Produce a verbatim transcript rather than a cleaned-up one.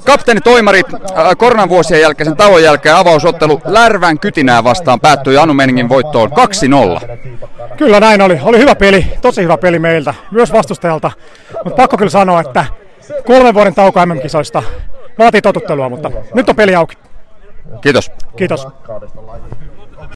Kapteeni Toimarit, koronan vuosien jälkeisen tauon jälkeen avausottelu Lärvän Kytinää vastaan päättyi Anu Meiningin voittoon kaksi nolla. Kyllä näin oli. Oli hyvä peli, tosi hyvä peli meiltä, myös vastustajalta. Mutta pakko kyllä sanoa, että kolmen vuoden tauko M M-kisoista vaatii totuttelua, mutta nyt on peli auki. Kiitos. Kiitos.